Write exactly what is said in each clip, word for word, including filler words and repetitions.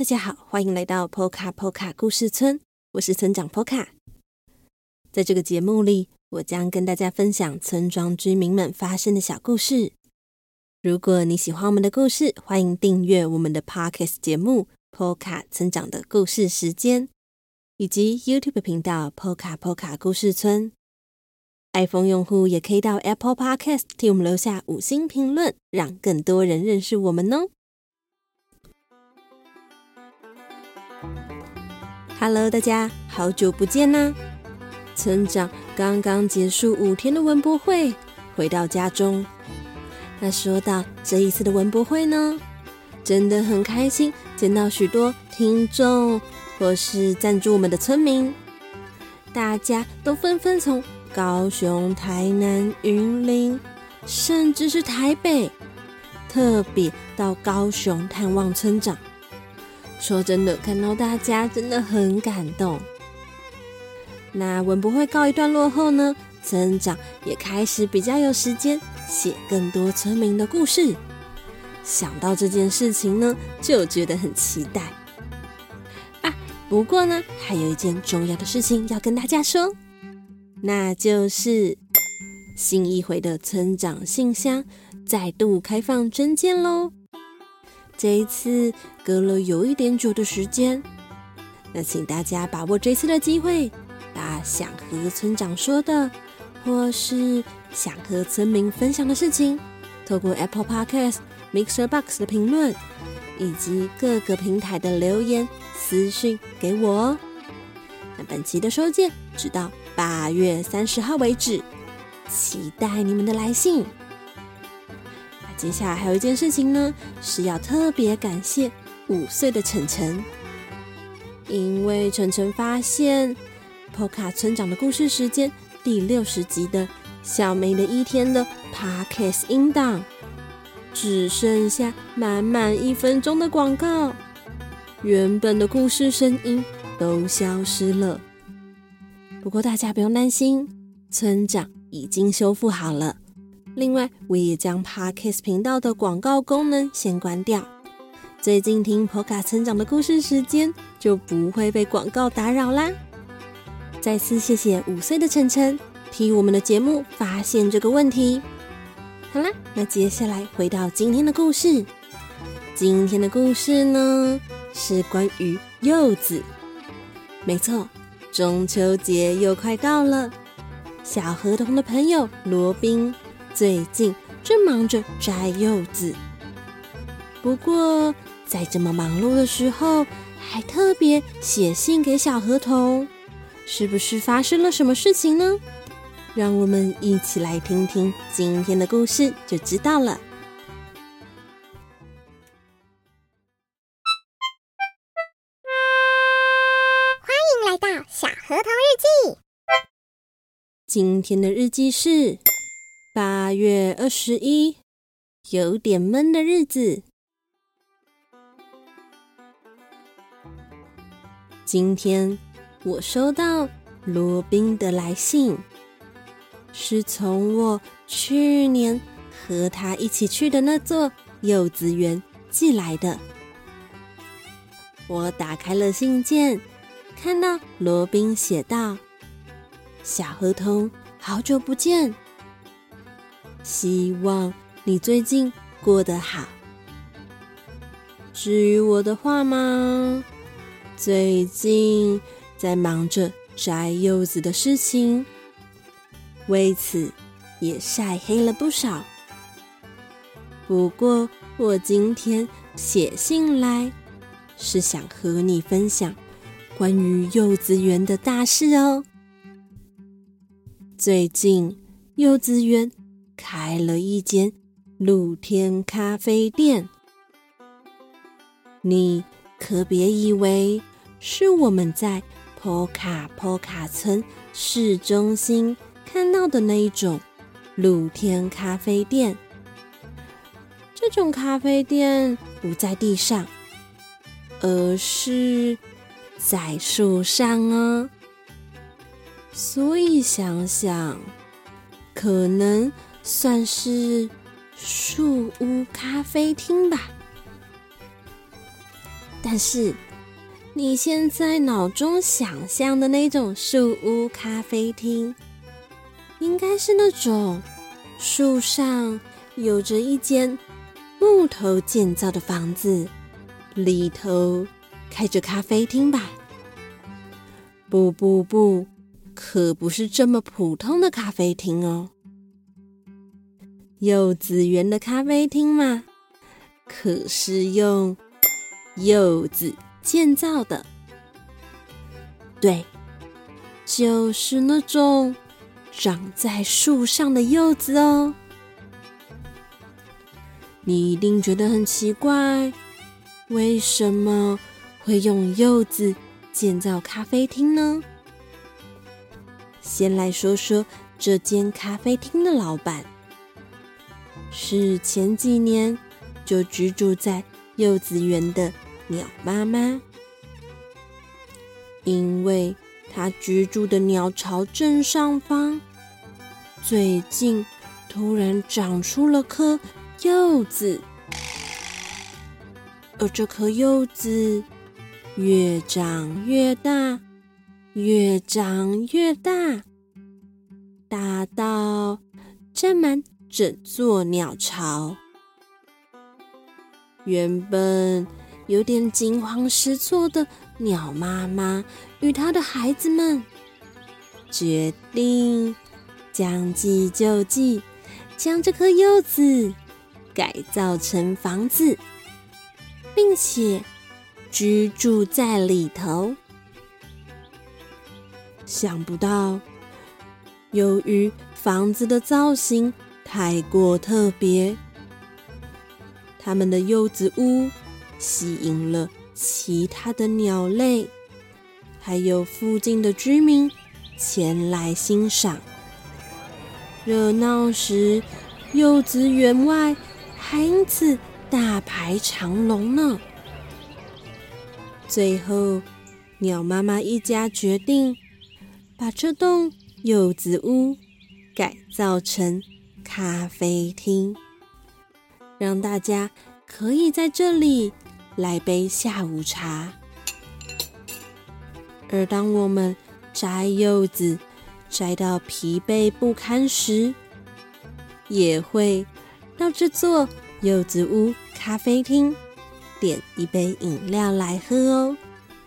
家好，欢迎来到 Poca Poca 故事村，我是村长 Poca。在这个节目里，我将跟大家分享村庄居民们发生的小故事。如果你喜欢我们的故事，欢迎订阅我们的 Podcast 节目 Poca 村长的故事时间，以及 YouTube 频道 Poca Poca 故事村。iPhone 用户也可以到 Apple Podcast 替我们留下五星评论，让更多人认识我们哦。Hello， 大家好久不见啦！村长刚刚结束五天的文博会，回到家中。那说到这一次的文博会呢，真的很开心，见到许多听众或是赞助我们的村民，大家都纷纷从高雄、台南、云林，甚至是台北，特别到高雄探望村长。说真的，看到大家真的很感动。那文博会告一段落后呢，村长也开始比较有时间写更多村民的故事。想到这件事情呢，就觉得很期待啊。不过呢，还有一件重要的事情要跟大家说，那就是新一回的村长信箱再度开放征件咯。这一次隔了有一点久的时间，那请大家把握这次的机会，把想和村长说的或是想和村民分享的事情，透过 Apple Podcast、Mixer Box 的评论以及各个平台的留言私讯给我哦。那本期的收件直到八月三十号为止，期待你们的来信。接下来还有一件事情呢，是要特别感谢五岁的晨晨，因为晨晨发现 Poca 村长的故事时间第六十集的小梅的一天的 Podcast 音档只剩下满满一分钟的广告，原本的故事声音都消失了。不过大家不用担心，村长已经修复好了。另外，我也将 Podcast 频道的广告功能先关掉，最近听 Poca 村长的故事时间就不会被广告打扰啦。再次谢谢五岁的晨晨替我们的节目发现这个问题。好啦，那接下来回到今天的故事。今天的故事呢，是关于柚子。没错，中秋节又快到了，小河童的朋友罗宾最近正忙着摘柚子，不过在这么忙碌的时候，还特别写信给小河童，是不是发生了什么事情呢？让我们一起来听听今天的故事就知道了。 欢迎来到小河童日记。 今天的日记是八月二十一，有点闷的日子。今天我收到罗宾的来信，是从我去年和他一起去的那座柚子园寄来的。我打开了信件，看到罗宾写道：小河童，好久不见，希望你最近过得好。至于我的话嘛，最近在忙着摘柚子的事情，为此也晒黑了不少。不过我今天写信来，是想和你分享关于柚子园的大事哦。最近柚子园开了一间露天咖啡店，你可别以为是我们在 Poca Poca 村市中心看到的那一种露天咖啡店。这种咖啡店不在地上，而是在树上哦。所以想想，可能算是树屋咖啡厅吧。 但是你现在脑中想象的那种树屋咖啡厅，应该是那种树上有着一间木头建造的房子，里头开着咖啡厅吧？不不不，可不是这么普通的咖啡厅哦。柚子园的咖啡厅嘛，可是用柚子建造的。对，就是那种长在树上的柚子哦。你一定觉得很奇怪，为什么会用柚子建造咖啡厅呢？先来说说这间咖啡厅的老板，是前几年就居住在柚子园的鸟妈妈。因为她居住的鸟巢正上方，最近突然长出了棵柚子，而这颗柚子越长越大，越长越大，大到占满整座鸟巢。原本有点惊慌失措的鸟妈妈与她的孩子们决定将计就计，将这颗柚子改造成房子，并且居住在里头。想不到，由于房子的造型太过特别，他们的柚子屋吸引了其他的鸟类，还有附近的居民前来欣赏。热闹时，柚子园外还因此大排长龙呢。最后，鸟妈妈一家决定把这栋柚子屋改造成咖啡厅，让大家可以在这里来杯下午茶。而当我们摘柚子摘到疲惫不堪时，也会到这座柚子屋咖啡厅点一杯饮料来喝哦。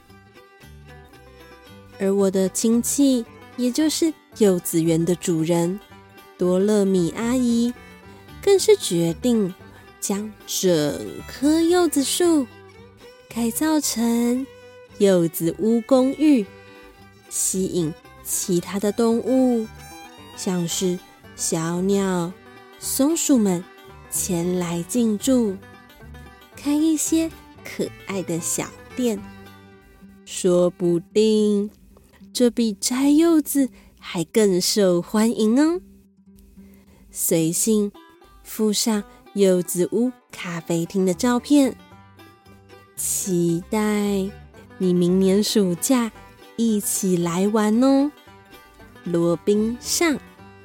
而我的亲戚，也就是柚子园的主人多乐米阿姨，更是决定将整棵柚子树改造成柚子屋公寓，吸引其他的动物，像是小鸟、松鼠们前来进驻，开一些可爱的小店。说不定这比摘柚子还更受欢迎哦。随信附上柚子屋咖啡厅的照片，期待你明年暑假一起来玩哦。罗宾上。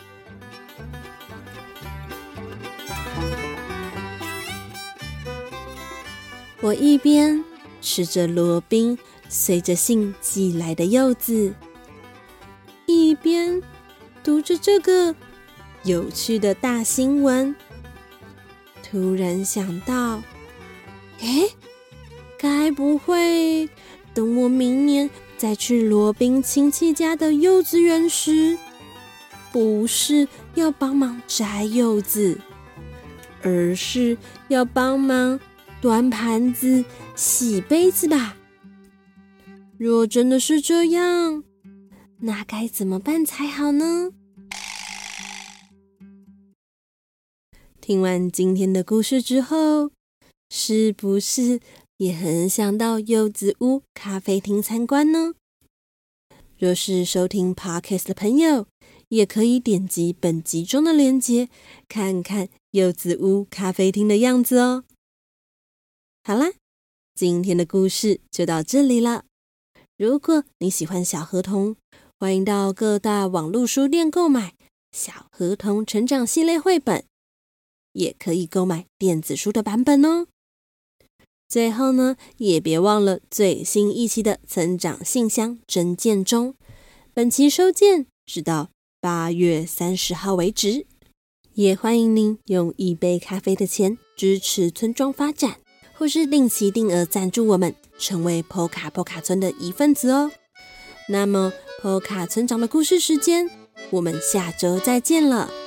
我一边吃着罗宾随着信寄来的柚子，一边读着这个有趣的大新闻，突然想到，诶，该不会等我明年再去罗宾亲戚家的柚子园时，不是要帮忙摘柚子，而是要帮忙端盘子、洗杯子吧？若真的是这样，那该怎么办才好呢？听完今天的故事之后，是不是也很想到柚子屋咖啡厅参观呢？若是收听 Podcast 的朋友，也可以点击本集中的链接，看看柚子屋咖啡厅的样子哦。好啦，今天的故事就到这里了。如果你喜欢小河童，欢迎到各大网络书店购买小河童成长系列绘本，也可以购买电子书的版本哦。 最后呢，也别忘了最新一期的村长信箱征件中，本期收件直到八月三十号为止。也欢迎您用一杯咖啡的钱支持村庄发展，或是定期定额赞助我们，成为波卡波卡村的一份子哦。那么波卡村长的故事时间，我们下周再见了。